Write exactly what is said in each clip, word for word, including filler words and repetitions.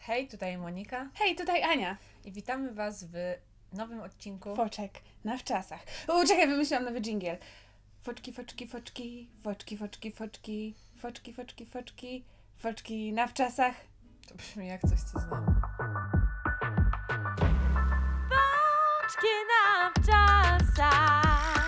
Hej, tutaj Monika Hej, tutaj Ania. i witamy Was w nowym odcinku. Foczek na wczasach. O, czekaj, wymyśliłam nowy dżingiel. Foczki, foczki, foczki, foczki, foczki, foczki, foczki, foczki, foczki, foczki na wczasach. To brzmi jak coś, co znam. Foczki na wczasach.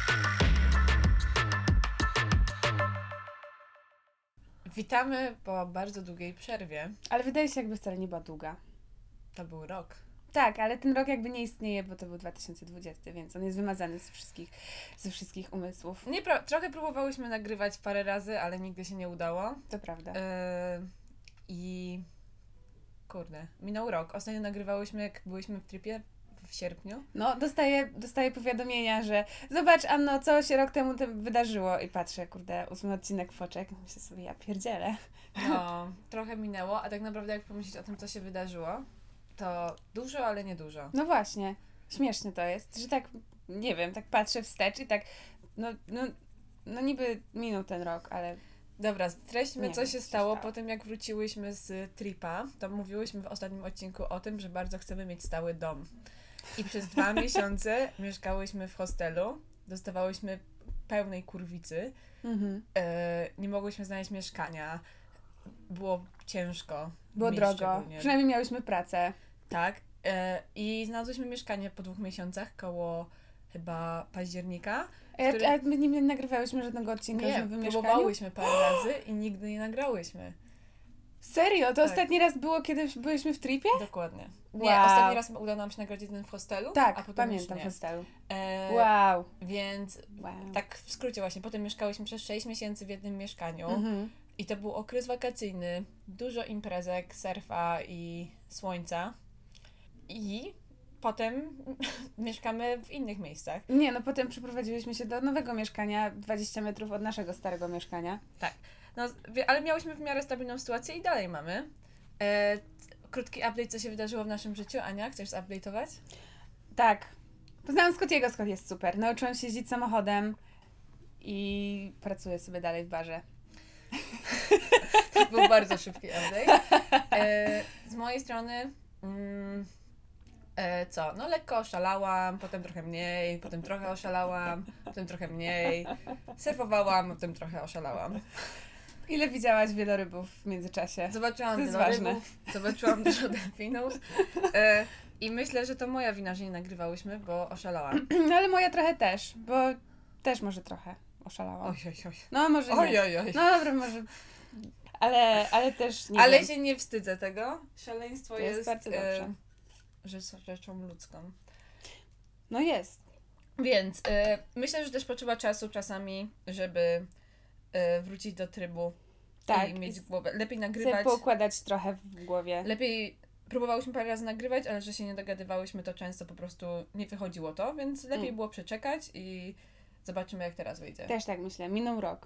Witamy po bardzo długiej przerwie. Ale wydaje się, jakby wcale nie była długa. To był rok. Tak, ale ten rok jakby nie istnieje, bo to był dwa tysiące dwudziesty, więc on jest wymazany ze wszystkich, ze wszystkich umysłów. Nie pro- trochę próbowałyśmy nagrywać parę razy, ale nigdy się nie udało. To prawda. Yy, I kurde, minął rok. Ostatnio nagrywałyśmy, jak byliśmy w tripie w sierpniu. No, dostaję, dostaję powiadomienia, że zobacz, Anno, co się rok temu tym wydarzyło. I patrzę, kurde, ósmy odcinek Foczek. Myślę sobie, ja pierdzielę. No, trochę minęło, a tak naprawdę jak pomyśleć o tym, co się wydarzyło, to dużo, ale nie dużo. No właśnie, śmieszne to jest, że tak, nie wiem, tak patrzę wstecz i tak, no, no, no niby minął ten rok, ale Dobra, streśćmy, Nie co wiem, się co się stało stało. po tym, jak wróciłyśmy z tripa. To mówiłyśmy w ostatnim odcinku o tym, że bardzo chcemy mieć stały dom. I przez dwa miesiące mieszkałyśmy w hostelu, dostawałyśmy pełnej kurwicy, mhm. e, nie mogłyśmy znaleźć mieszkania, było ciężko. było mi drogo, szczególnie. przynajmniej miałyśmy pracę. Tak. E, I znalazłyśmy mieszkanie po dwóch miesiącach, koło chyba października. A, ja, który- a my nie nagrywałyśmy żadnego odcinka o Nie, nowym mieszkaniu? próbowałyśmy parę razy i nigdy nie nagrałyśmy. Serio? To Tak. ostatni raz było, kiedy byliśmy w tripie? Dokładnie. Nie, Wow. ostatni raz udało nam się nagrać jeden w hostelu, Tak, a potem pamiętam już w nie. hostelu. E, Wow. Więc wow. tak w skrócie właśnie, potem mieszkałyśmy przez sześć miesięcy w jednym mieszkaniu Mhm. i to był okres wakacyjny, dużo imprezek, surfa i słońca i potem mieszkamy w innych miejscach. Nie, no potem przeprowadziłyśmy się do nowego mieszkania, dwadzieścia metrów od naszego starego mieszkania. No, wie- ale miałyśmy w miarę stabilną sytuację i dalej mamy. E, krótki update, co się wydarzyło w naszym życiu. Ania, chcesz zupdate'ować? Tak. Poznałam Scottiego, Scott jest super. Nauczyłam się jeździć samochodem i pracuję sobie dalej w barze. To był bardzo szybki update. E, z mojej strony mm, e, co? No lekko oszalałam, potem trochę mniej, potem trochę oszalałam, potem trochę mniej. Surfowałam, potem trochę oszalałam. Ile widziałaś wielorybów w międzyczasie? Zobaczyłam To jest dużo ważne. rybów, zobaczyłam dużo delfinów. E, I myślę, że to moja wina, że nie nagrywałyśmy, bo oszalałam. No ale moja trochę też, bo też może trochę oszalałam. Oj, oj, oj. No może Oj, nie. oj, oj. No dobra, może. Ale, ale też nie Ale wiem. się nie wstydzę tego. Szaleństwo To jest jest, bardzo e, dobrze. rzecz, rzeczą ludzką. No jest. Więc e, myślę, że też potrzeba czasu czasami, żeby e, wrócić do trybu Tak. i mieć głowę. Lepiej Chcę nagrywać. poukładać trochę w głowie. Lepiej próbowałyśmy parę razy nagrywać, ale że się nie dogadywałyśmy, to często po prostu nie wychodziło to, więc lepiej Mm. było przeczekać i zobaczymy, jak teraz wyjdzie. Też tak myślę. Minął rok.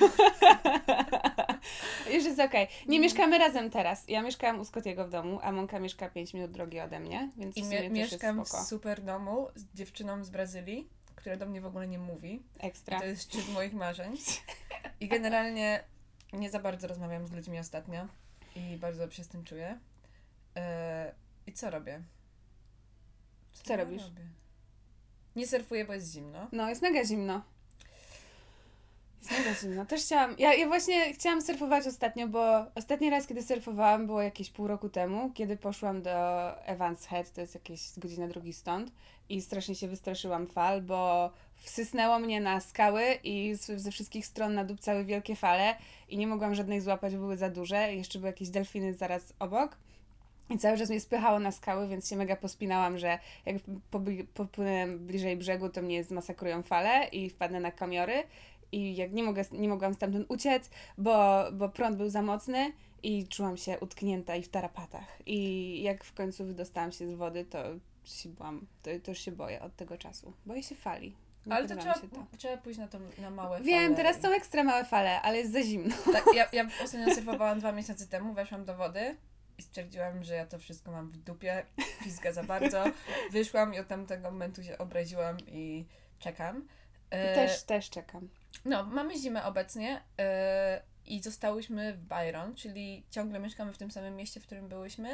Już jest okej. Nie Mm. mieszkamy razem teraz. Ja mieszkałam u Scottiego w domu, a Monka mieszka pięć minut drogi ode mnie, więc I w sumie mie- też mieszkam jest w spoko. super domu z dziewczyną z Brazylii, która do mnie w ogóle nie mówi. I Ekstra. to jest szczyt moich marzeń. I generalnie nie za bardzo rozmawiam z ludźmi ostatnio i bardzo dobrze się z tym czuję. Eee, I co robię? Co ja robisz? robię? Nie surfuję, bo jest zimno. No, jest mega zimno. Jest mega zimno. Też chciałam, ja, ja właśnie chciałam surfować ostatnio, bo ostatni raz, kiedy surfowałam, było jakieś pół roku temu, kiedy poszłam do Evans Head, to jest jakieś godzina drogi stąd i strasznie się wystraszyłam fal, bo wsysnęło mnie na skały i z, ze wszystkich stron nadupcały wielkie fale i nie mogłam żadnej złapać, bo były za duże i jeszcze były jakieś delfiny zaraz obok. I cały czas mnie spychało na skały, więc się mega pospinałam, że jak pobi- popłynę bliżej brzegu, to mnie zmasakrują fale i wpadnę na kamiory. I jak nie, mogę, nie mogłam stamtąd uciec, bo, bo prąd był za mocny i czułam się utknięta i w tarapatach. I jak w końcu wydostałam się z wody, to się byłam, to, to już się boję od tego czasu. Boję się fali. Nie Ale to podoba trzeba, mi się to. trzeba pójść na, to, na małe Wiem, fale. teraz są ekstra małe fale, ale jest za zimno. Tak, ja, ja ostatnio surfowałam dwa miesiące temu, weszłam do wody i stwierdziłam, że ja to wszystko mam w dupie, pizga za bardzo. Wyszłam i od tamtego momentu się obraziłam i czekam. E, Też, też czekam. No, mamy zimę obecnie yy, i zostałyśmy w Byron, czyli ciągle mieszkamy w tym samym mieście, w którym byłyśmy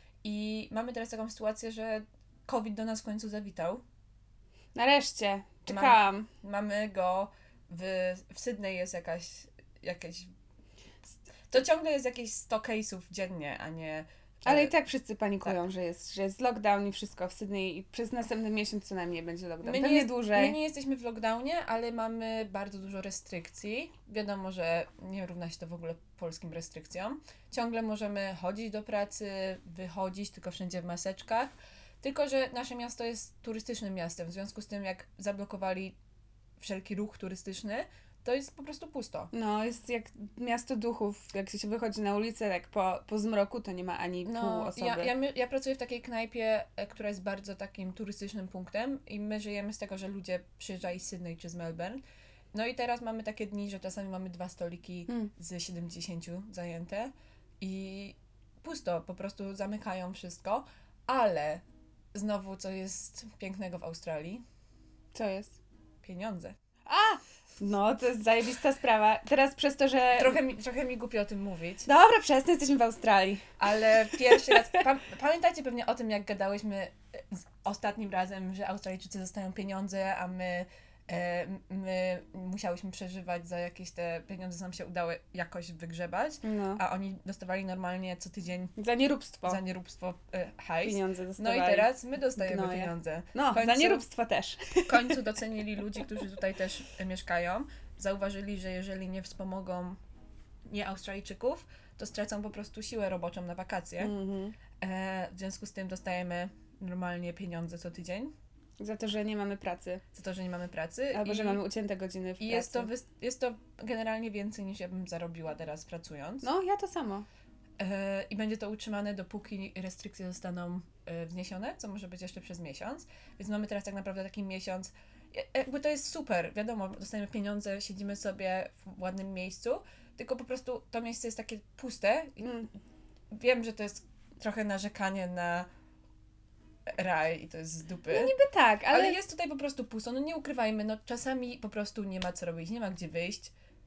i mamy teraz taką sytuację, że COVID do nas w końcu zawitał. Nareszcie. Czekałam. Mamy go w, w Sydney jest jakaś, jakieś... To ciągle jest jakieś sto case'ów dziennie, a nie... Ale i tak wszyscy panikują, że, jest, że jest lockdown i wszystko w Sydney i przez następny miesiąc co najmniej będzie lockdown. My Pewnie nie, jest, dłużej. my nie jesteśmy w lockdownie, ale mamy bardzo dużo restrykcji. Wiadomo, że nie równa się to w ogóle polskim restrykcjom. Ciągle możemy chodzić do pracy, wychodzić, tylko wszędzie w maseczkach. Tylko że nasze miasto jest turystycznym miastem, w związku z tym jak zablokowali wszelki ruch turystyczny, to jest po prostu pusto. No, jest jak miasto duchów. Jak się wychodzi na ulicę, tak po, po zmroku, to nie ma ani pół No, osoby. ja, ja, my- ja pracuję w takiej knajpie, e, która jest bardzo takim turystycznym punktem i my żyjemy z tego, że ludzie przyjeżdżają z Sydney czy z Melbourne. No i teraz mamy takie dni, że czasami mamy dwa stoliki Mm. z siedemdziesięciu zajęte i pusto, po prostu zamykają wszystko, ale znowu co jest pięknego w Australii? Co jest? Pieniądze. A! No, to jest zajebista sprawa. Teraz przez to, że... Trochę mi, trochę mi głupio o tym mówić. Dobra, przestań, jesteśmy w Australii. Ale pierwszy raz, pa, pamiętacie pewnie o tym, jak gadałyśmy z ostatnim razem, że Australijczycy dostają pieniądze, a my, e, my musiałyśmy przeżywać za jakieś te pieniądze, co nam się udało jakoś wygrzebać, No. a oni dostawali normalnie co tydzień Za nieróbstwo. za nieróbstwo e, hajs. Pieniądze No dostawali. i teraz my dostajemy Gnoje. pieniądze. No, w końcu- za nieróbstwo też. W końcu docenili ludzi, którzy tutaj też e, mieszkają. Zauważyli, że jeżeli nie wspomogą nie Australijczyków, to stracą po prostu siłę roboczą na wakacje. Mhm. E, w związku z tym dostajemy normalnie pieniądze co tydzień Za to, że nie mamy pracy. za to, że nie mamy pracy. Albo, i, że mamy ucięte godziny w I pracy. jest to, wys- jest to generalnie więcej niż ja bym zarobiła teraz pracując. No, ja to samo. E, I będzie to utrzymane, dopóki restrykcje zostaną e, wzniesione, co może być jeszcze przez miesiąc. Więc mamy teraz tak naprawdę taki miesiąc. E, Jakby to jest super, wiadomo, dostajemy pieniądze, siedzimy sobie w ładnym miejscu, tylko po prostu to miejsce jest takie puste. I Mm. wiem, że to jest trochę narzekanie na raj i to jest z dupy. No niby tak, ale... Ale jest tutaj po prostu pusto, no nie ukrywajmy, no czasami po prostu nie ma co robić, nie ma gdzie wyjść.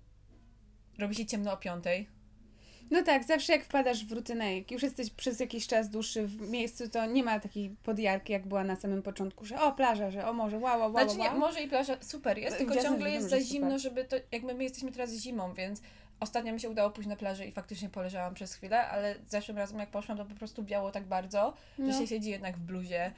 Robi się ciemno o piątej. No tak, zawsze jak wpadasz w rutynę, jak już jesteś przez jakiś czas dłuższy w miejscu, to nie ma takiej podjarki, jak była na samym początku, że o, plaża, że o morze, wow, wow, wow, Znaczy nie, wow. może i plaża super jest, tylko Jasne, ciągle wiadomo, jest że za super. zimno, żeby to, jakby my jesteśmy teraz zimą, więc ostatnio mi się udało pójść na plażę i faktycznie poleżałam przez chwilę, ale zeszłym razem jak poszłam, to po prostu biało tak bardzo, No. że się siedzi jednak w bluzie.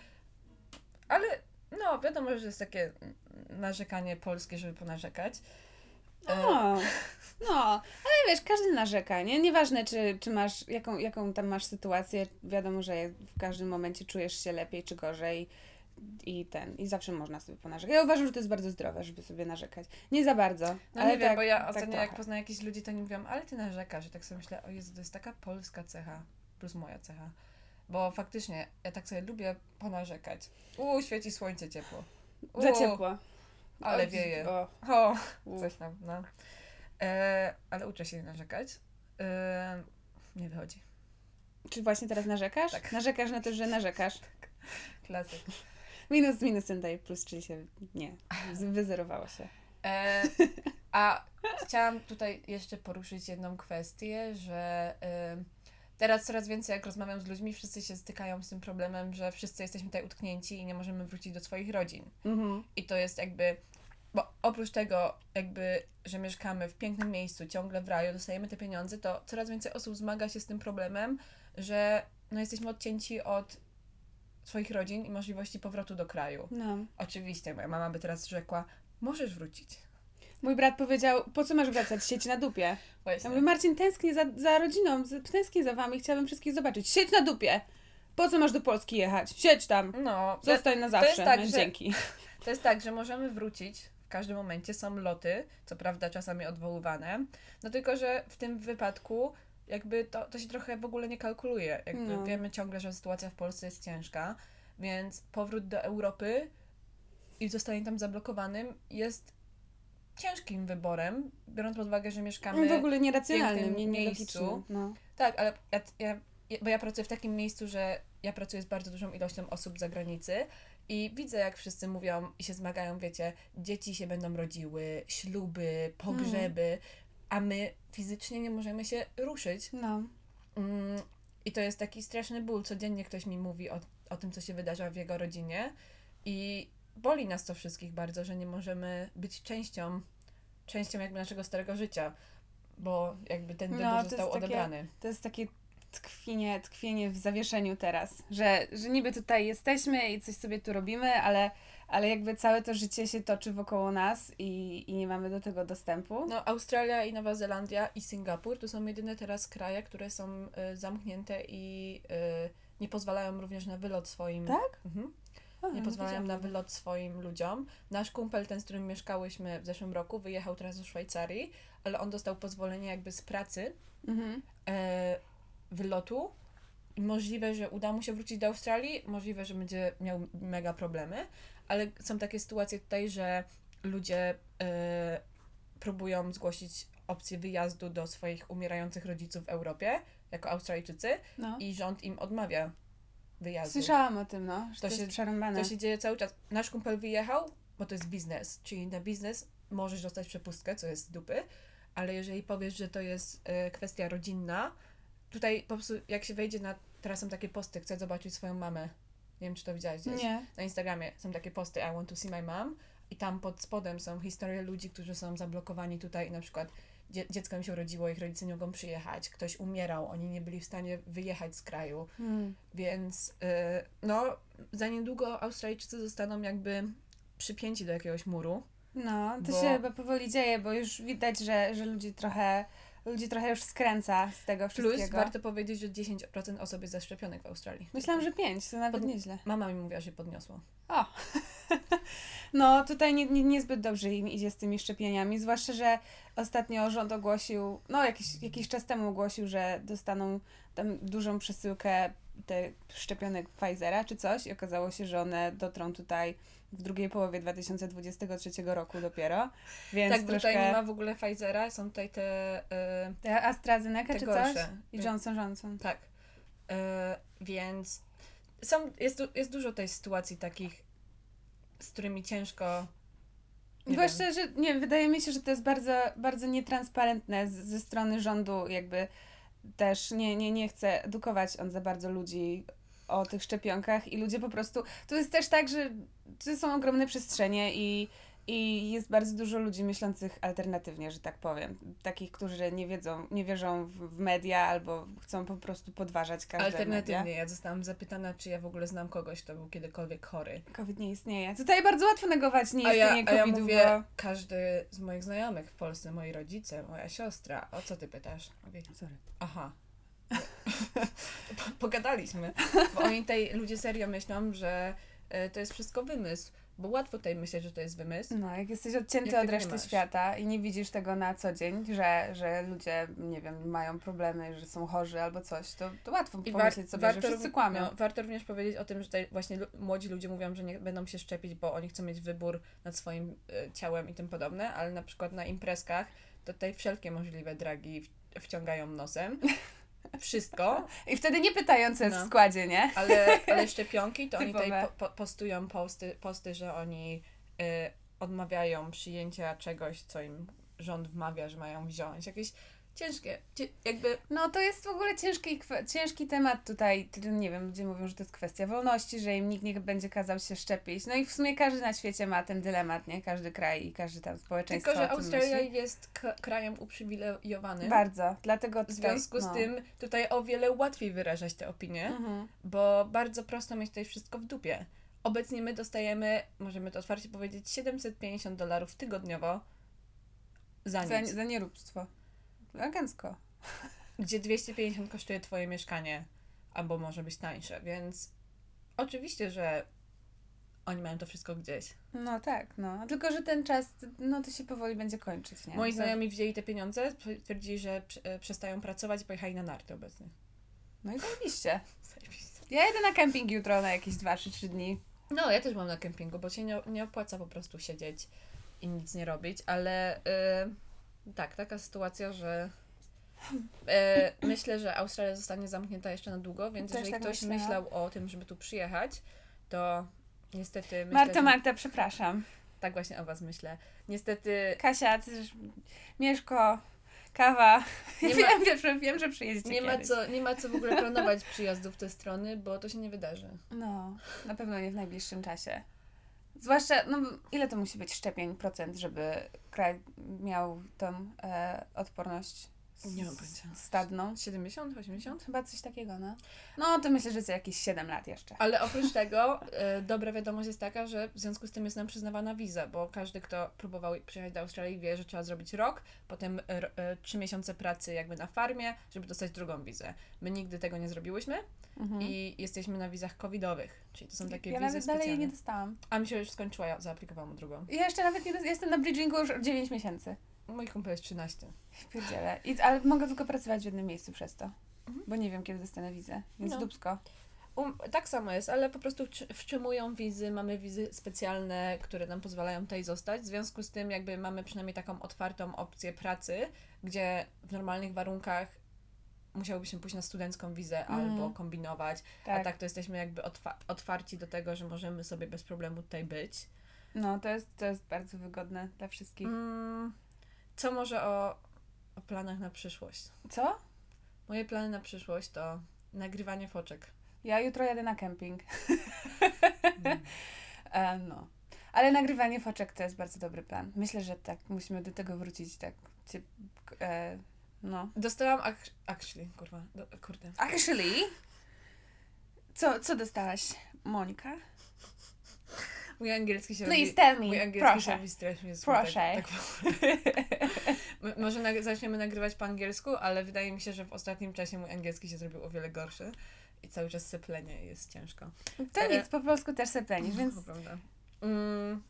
Ale no, wiadomo, że jest takie narzekanie polskie, żeby ponarzekać. E, No, no, ale wiesz, każdy narzeka, nie? Nieważne, czy, czy masz, jaką, jaką tam masz sytuację, wiadomo, że w każdym momencie czujesz się lepiej czy gorzej i ten, i zawsze można sobie ponarzekać. Ja uważam, że to jest bardzo zdrowe, żeby sobie narzekać. Nie za bardzo, No ale nie wiem, tak, bo ja tak ostatnio trochę. jak poznaję jakichś ludzi, to nie mówią, ale ty narzekasz. I tak sobie myślę, o Jezu, to jest taka polska cecha, plus moja cecha. Bo faktycznie, ja tak sobie lubię ponarzekać. Uuu, świeci słońce, ciepło. Za Uuu, ciepło. ale O, wieje. O, O, u. coś tam, no. E, ale uczę się nie narzekać. E, nie wychodzi. Czy właśnie teraz narzekasz? Tak. Narzekasz na to, że narzekasz. Klasyk. Minus z minusem daje plus, czyli się nie, wyzerowało się. E, a chciałam tutaj jeszcze poruszyć jedną kwestię, że e, teraz coraz więcej jak rozmawiam z ludźmi, wszyscy się stykają z tym problemem, że wszyscy jesteśmy tutaj utknięci i nie możemy wrócić do swoich rodzin. Mhm. I to jest jakby, bo oprócz tego jakby, że mieszkamy w pięknym miejscu, ciągle w raju, dostajemy te pieniądze, to coraz więcej osób zmaga się z tym problemem, że no jesteśmy odcięci od swoich rodzin i możliwości powrotu do kraju. No. Oczywiście, moja mama by teraz rzekła, możesz wrócić. Mój brat powiedział, po co masz wracać, siedź na dupie. Ja Właśnie. mówię, Marcin, tęsknię za, za rodziną, z- tęsknię za wami, chciałabym wszystkich zobaczyć. Siedź na dupie! Po co masz do Polski jechać? Siedź tam! No, Zostań na zawsze. jest tak, No, że- dzięki. to jest tak, że możemy wrócić w każdym momencie, są loty, co prawda czasami odwoływane, no tylko, że w tym wypadku jakby to, to się trochę w ogóle nie kalkuluje. Jakby No. wiemy ciągle, że sytuacja w Polsce jest ciężka, więc powrót do Europy i zostanie tam zablokowanym jest ciężkim wyborem, biorąc pod uwagę, że mieszkamy W ogóle nieracjonalnym, pięknym nie, miejscu. nielogicznym. No. Tak, ale ja, ja bo ja pracuję w takim miejscu, że ja pracuję z bardzo dużą ilością osób z zagranicy i widzę, jak wszyscy mówią i się zmagają, wiecie, dzieci się będą rodziły, śluby, pogrzeby, a my fizycznie nie możemy się ruszyć. No. Mm, I to jest taki straszny ból. Codziennie ktoś mi mówi o, o tym, co się wydarza w jego rodzinie i boli nas to wszystkich bardzo, że nie możemy być częścią, częścią jakby naszego starego życia, bo jakby ten wybór No, to został jest takie- odebrany. To jest takie tkwienie, tkwienie w zawieszeniu teraz, że, że niby tutaj jesteśmy i coś sobie tu robimy, ale, ale jakby całe to życie się toczy wokoło nas i, i nie mamy do tego dostępu. No, Australia i Nowa Zelandia i Singapur to są jedyne teraz kraje, które są y, zamknięte i y, nie pozwalają również na wylot swoim... Tak? Mhm. O, Nie pozwalają na wiedziałam. wylot swoim ludziom. Nasz kumpel, ten, z którym mieszkałyśmy w zeszłym roku, wyjechał teraz do Szwajcarii, ale on dostał pozwolenie jakby z pracy Mhm. e, wylotu. I możliwe, że uda mu się wrócić do Australii, możliwe, że będzie miał mega problemy, ale są takie sytuacje tutaj, że ludzie e, próbują zgłosić opcję wyjazdu do swoich umierających rodziców w Europie, jako Australijczycy, No. i rząd im odmawia wyjazdu. Słyszałam o tym, no, że to, To jest się- przerąbane. To się dzieje cały czas. Nasz kumpel wyjechał, bo to jest biznes, czyli na biznes możesz dostać przepustkę, co jest z dupy, ale jeżeli powiesz, że to jest e, kwestia rodzinna, tutaj po prostu jak się wejdzie na, teraz są takie posty, chcę zobaczyć swoją mamę, nie wiem, czy to widziałaś gdzieś, Nie. na Instagramie są takie posty, I want to see my mom, i tam pod spodem są historie ludzi, którzy są zablokowani tutaj i na przykład dzie- dziecko im się urodziło, ich rodzice nie mogą przyjechać, ktoś umierał, oni nie byli w stanie wyjechać z kraju, Hmm. więc y, no, za niedługo Australijczycy zostaną jakby przypięci do jakiegoś muru. No, to Bo- się chyba powoli dzieje, bo już widać, że, że ludzi trochę ludzi trochę już skręca z tego Plus wszystkiego. warto powiedzieć, że dziesięć procent osób jest zaszczepionych w Australii. Myślałam, że pięć, to nawet Pod- nieźle. Mama mi mówiła, że podniosło. O! No, tutaj nie, nie, niezbyt dobrze im idzie z tymi szczepieniami, zwłaszcza, że ostatnio rząd ogłosił, no jakiś, jakiś czas temu ogłosił, że dostaną tam dużą przesyłkę tych szczepionek Pfizera czy coś i okazało się, że one dotrą tutaj w drugiej połowie dwa tysiące dwudziestego trzeciego roku dopiero, więc Tak, bo troszkę... tutaj nie ma w ogóle Pfizera, są tutaj te... Y, Te AstraZeneca te czy gorsze. coś? I Johnson Johnson. tak. Y, więc są, jest, du- jest dużo tej sytuacji takich, z którymi ciężko... nie Zwłaszcza, wiem. że nie, wydaje mi się, że to jest bardzo, bardzo nietransparentne z, ze strony rządu, jakby też nie, nie, nie chce edukować on za bardzo ludzi o tych szczepionkach i ludzie po prostu, to jest też tak, że to są ogromne przestrzenie i, i jest bardzo dużo ludzi myślących alternatywnie, że tak powiem. Takich, którzy nie wiedzą, nie wierzą w, w media albo chcą po prostu podważać każde media. Alternatywnie, ja zostałam zapytana, czy ja w ogóle znam kogoś, kto był kiedykolwiek chory. COVID nie istnieje. Tutaj bardzo łatwo negować A ja, nieistnienie a ja kowida, mówię, bo... każdy z moich znajomych w Polsce, moi rodzice, moja siostra, o co ty pytasz? Mówię, Sorry. aha. Po- Pogadaliśmy, bo oni tutaj, ludzie serio myślą, że y, to jest wszystko wymysł, bo łatwo tutaj myśleć, że to jest wymysł. No, jak jesteś odcięty Jak od tego nie reszty masz. świata i nie widzisz tego na co dzień, że, że ludzie, nie wiem, mają problemy, że są chorzy albo coś, to, to łatwo I pomyśleć sobie, że wszyscy rów- kłamią. No, warto również powiedzieć o tym, że tutaj właśnie lu- młodzi ludzie mówią, że nie będą się szczepić, bo oni chcą mieć wybór nad swoim y, ciałem i tym podobne, ale na przykład na imprezkach to tutaj wszelkie możliwe dragi w- wciągają nosem. Wszystko, I wtedy nie pytając, co jest No. w składzie, nie? ale, ale szczepionki to oni Typowe. tutaj po, po, postują posty, posty, że oni y, odmawiają przyjęcia czegoś, co im rząd wmawia, że mają wziąć. Jakieś ciężkie, cie, jakby No to jest w ogóle ciężki, kwe- ciężki temat tutaj, Ty- nie wiem, ludzie mówią, że to jest kwestia wolności, że im nikt nie będzie kazał się szczepić. No i w sumie każdy na świecie ma ten dylemat, nie? Każdy kraj i każdy tam społeczeństwo tylko, że o tym Australia myśli. jest k- krajem uprzywilejowanym. Bardzo, dlatego W tutaj, związku z no. tym tutaj o wiele łatwiej wyrażać te opinie, Mhm. bo bardzo prosto mieć tutaj wszystko w dupie. Obecnie my dostajemy, możemy to otwarcie powiedzieć, siedemset pięćdziesiąt dolarów tygodniowo za Za, nic, za nieróbstwo. Elegancko. gdzie dwieście pięćdziesiąt kosztuje twoje mieszkanie, albo może być tańsze, więc oczywiście, że oni mają to wszystko gdzieś. No tak, no. Tylko, że ten czas, no to się powoli będzie kończyć, nie? Moi To- znajomi wzięli te pieniądze, twierdzili, że prze- e, przestają pracować i pojechali na narty obecnie. No i zajebiście. Zajebiście. Ja jedę na kemping jutro na jakieś dwa trzy trzy dni. No, ja też mam na kempingu, bo się nie, nie opłaca po prostu siedzieć i nic nie robić, ale y, tak, taka sytuacja, że E, myślę, że Australia zostanie zamknięta jeszcze na długo, więc Też jeżeli tak ktoś myślę, no. myślał o tym, żeby tu przyjechać, to niestety myślę, Marta, że... Marta, przepraszam. Tak właśnie o was myślę. Niestety Kasia, ty też... Mieszko, kawa. Nie wiem, ma- wiem, że, wiem, że przyjedziecie nie ma, kiedyś. co, nie ma co w ogóle planować przyjazdu w te strony, bo to się nie wydarzy. No, na pewno nie w najbliższym czasie. Zwłaszcza, no ile to musi być szczepień procent, żeby kraj miał tą e, odporność s- Nie mam pojęcia. stadną? siedemdziesiąt, osiemdziesiąt? Chyba coś takiego, no. No, to myślę, że za jakieś siedem lat jeszcze. Ale oprócz tego e, dobra wiadomość jest taka, że w związku z tym jest nam przyznawana wiza, bo każdy, kto próbował przyjechać do Australii, wie, że trzeba zrobić rok, potem e, e, trzy miesiące pracy jakby na farmie, żeby dostać drugą wizę. My nigdy tego nie zrobiłyśmy Mhm. i jesteśmy na wizach covidowych, czyli to są takie ja wizy nawet dalej jej specjalne. nie dostałam. A mi się już skończyła, ja zaaplikowałam drugą. Ja jeszcze nawet nie, dos- jestem na bridgingu już dziewięć miesięcy. Mój kumpel jest trzynaście. Pierdziele. I, ale mogę tylko pracować w jednym miejscu przez to. Mhm. Bo nie wiem, kiedy dostanę wizę, więc No. dupsko. Um, tak samo jest, ale po prostu wczy- wstrzymują wizy, mamy wizy specjalne, które nam pozwalają tutaj zostać. W związku z tym jakby mamy przynajmniej taką otwartą opcję pracy, gdzie w normalnych warunkach musiałybyśmy pójść na studencką wizę Mhm. albo kombinować, Tak. a tak to jesteśmy jakby otwa- otwarci do tego, że możemy sobie bez problemu tutaj być. No, to jest, to jest bardzo wygodne dla wszystkich. Mm, co może o, o planach na przyszłość? Co? Moje plany na przyszłość to nagrywanie foczek. Ja jutro jadę na kemping. Mm. E, no. Ale nagrywanie foczek to jest bardzo dobry plan. Myślę, że tak, musimy do tego wrócić, tak. Cie, e, no. Dostałam ac- actually, kurwa, do, kurde. Actually, co, co dostałaś, Monika? Mój angielski się Please robi... tell me, Mój angielski się proszę. robi strasznie zły, Proszę. Tak, tak w ogóle. M- Może nag- zaczniemy nagrywać po angielsku, ale wydaje mi się, że w ostatnim czasie mój angielski się zrobił o wiele gorszy i cały czas seplenie i jest ciężko. To Ale- nic, po polsku też se plenisz, więc To prawda. Mm.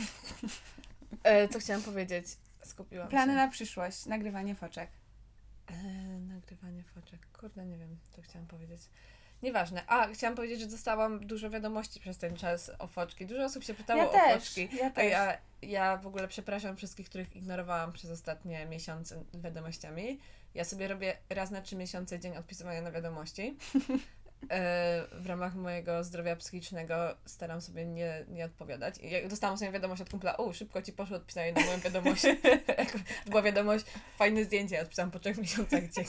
E, co chciałam powiedzieć? Skupiłam plany się. na przyszłość, nagrywanie foczek. E, nagrywanie foczek. Kurde, nie wiem, co chciałam powiedzieć. Nieważne. A, chciałam powiedzieć, że dostałam dużo wiadomości przez ten czas o foczki. Dużo osób się pytało Ja o też, foczki. ja A też. ja, ja w ogóle przepraszam wszystkich, których ignorowałam przez ostatnie miesiące wiadomościami. Ja sobie robię raz na trzy miesiące dzień odpisywania na wiadomości. E, w ramach mojego zdrowia psychicznego staram sobie nie, nie odpowiadać. I jak dostałam sobie wiadomość od kumpla, o, szybko ci poszło odpisanie na moją wiadomość. To była wiadomość, fajne zdjęcie, ja odpisałam po trzech miesiącach dzień.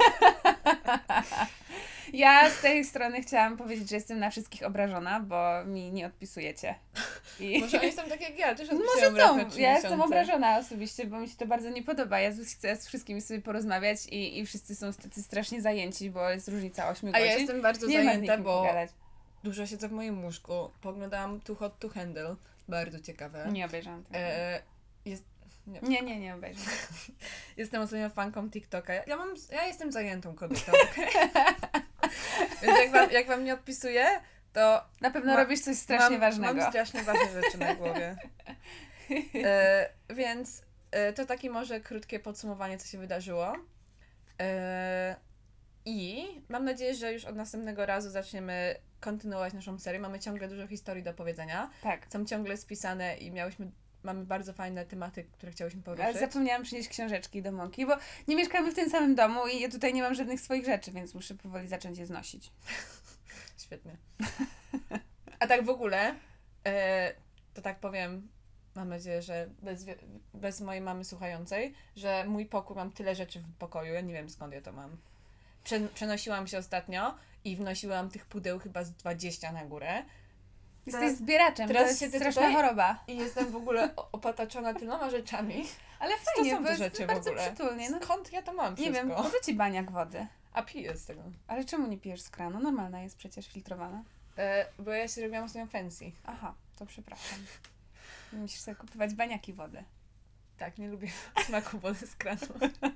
Ja z tej strony chciałam powiedzieć, że jestem na wszystkich obrażona, bo mi nie odpisujecie. I... Może oni są tak jak ja, też Może odpisują raz na są. trzy Ja jestem miesiące. obrażona osobiście, bo mi się to bardzo nie podoba. Ja chcę z wszystkimi sobie porozmawiać i, i wszyscy są tacy strasznie zajęci, bo jest różnica ośmiu A godzin. ja jestem bardzo nie ma z zajęta, nikim bo pogadać. dużo siedzę w moim łóżku. Poglądałam Too Hot to Handle. Bardzo ciekawe. Nie obejrzałam tego. E, jest, nie. Nie, nie, nie obejrzałam. Jestem ostatnio fanką TikToka. Ja, ja, mam, ja jestem zajętą kobietą, okej? Więc jak wam, jak wam nie odpisuję, to Na pewno Ma- robisz coś strasznie mam, ważnego. Mam strasznie ważne rzeczy na głowie. E, więc e, to takie może krótkie podsumowanie, co się wydarzyło. E, I mam nadzieję, że już od następnego razu zaczniemy kontynuować naszą serię. Mamy ciągle dużo historii do powiedzenia. Tak. Są ciągle spisane i miałyśmy, mamy bardzo fajne tematy, które chciałyśmy Ale poruszyć. zapomniałam przynieść książeczki do Monki, bo nie mieszkamy w tym samym domu i ja tutaj nie mam żadnych swoich rzeczy, więc muszę powoli zacząć je znosić. Świetnie. A tak w ogóle, e, to tak powiem, mam nadzieję, że bez, wie- bez mojej mamy słuchającej, że mój pokój, mam tyle rzeczy w pokoju, ja nie wiem skąd ja to mam. Prze, przenosiłam się ostatnio i wnosiłam tych pudeł chyba z dwadzieścia na górę Jesteś Teraz- zbieraczem, teraz to jest siedzę straszna tutaj- choroba. i jestem w ogóle o- opataczona tyloma rzeczami. Ale Co fajnie, są bo te jest rzeczy w bardzo ogóle? przytulnie. No, Skąd ja to mam nie wszystko? wiem, po co ci baniak wody? A piję z tego. Ale czemu nie pijesz z kranu? Normalna jest przecież filtrowana. E, bo ja się robiłam ostatnio fancy. Aha, to przepraszam. Musisz sobie kupować baniaki wody. Tak, nie lubię smaku wody z kranu.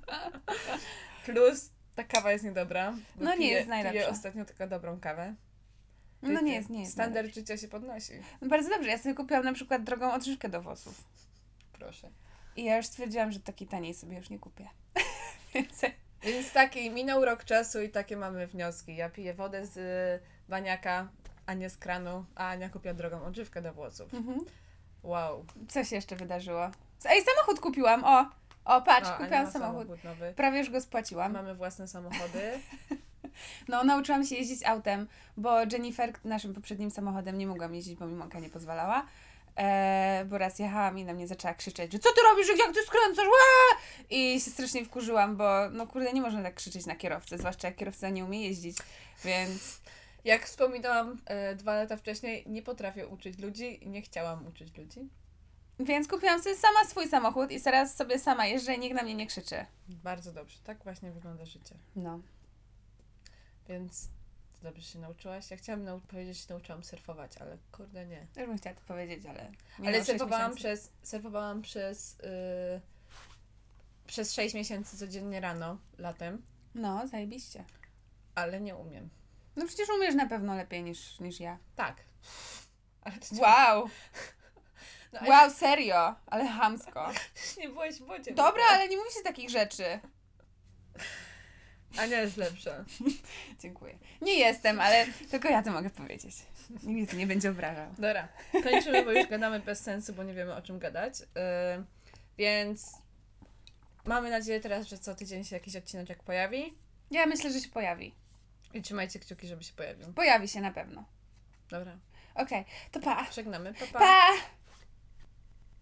Plus ta kawa jest niedobra. bo No nie piję, jest najlepsza. Piję ostatnio tylko dobrą kawę. No nie jest, nie jest. Standard najlepsza. życia się podnosi. No bardzo dobrze, ja sobie kupiłam na przykład drogą odżywkę do włosów. Proszę. I ja już stwierdziłam, że takiej taniej sobie już nie kupię. Więc Więc taki minął rok czasu i takie mamy wnioski. Ja piję wodę z y, baniaka, a nie z kranu, a Ania kupiła drogą odżywkę do włosów. mhm. Wow. Co się jeszcze wydarzyło? Ej, samochód kupiłam, o! O, patrz, O, Ania kupiłam ma samochód. nowy. Prawie już go spłaciłam. Mamy własne samochody. No, nauczyłam się jeździć autem, bo Jennifer naszym poprzednim samochodem nie mogłam jeździć, bo mi mąka nie pozwalała. E, bo raz jechałam i na mnie zaczęła krzyczeć, że co ty robisz, jak ty skręcasz, Ła! I się strasznie wkurzyłam, bo no kurde, nie można tak krzyczeć na kierowcę, zwłaszcza jak kierowca nie umie jeździć, więc Jak wspominałam e, dwa lata wcześniej, nie potrafię uczyć ludzi i nie chciałam uczyć ludzi. więc kupiłam sobie sama swój samochód i teraz sobie sama jeżdżę i nikt na mnie nie krzyczy. Bardzo dobrze. Tak właśnie wygląda życie. No. Więc to dobrze się nauczyłaś. Ja chciałam nau- powiedzieć, że się nauczyłam surfować, ale kurde nie. Też bym chciała to powiedzieć, ale... ale minęło sześć surfowałam miesięcy. przez, surfowałam przez, yy, przez sześć miesięcy codziennie rano, latem, No, zajebiście. ale nie umiem. No przecież umiesz na pewno lepiej niż, niż ja. Tak. Ale to Wow! No, ale Wow, serio! Ale chamsko. nie byłeś w wodzie. Dobra, ale nie mówi się takich rzeczy. Ania jest lepsza. Dziękuję. Nie jestem, ale tylko ja to mogę powiedzieć. Nikt nie będzie obrażał. Dobra, kończymy, bo już gadamy bez sensu, bo nie wiemy o czym gadać. Yy, więc mamy nadzieję teraz, że co tydzień się jakiś odcineczek pojawi. Ja myślę, że się pojawi. I trzymajcie kciuki, żeby się pojawił. Pojawi się na pewno. Dobra, Okej, to pa. żegnamy. Pa, pa. Pa!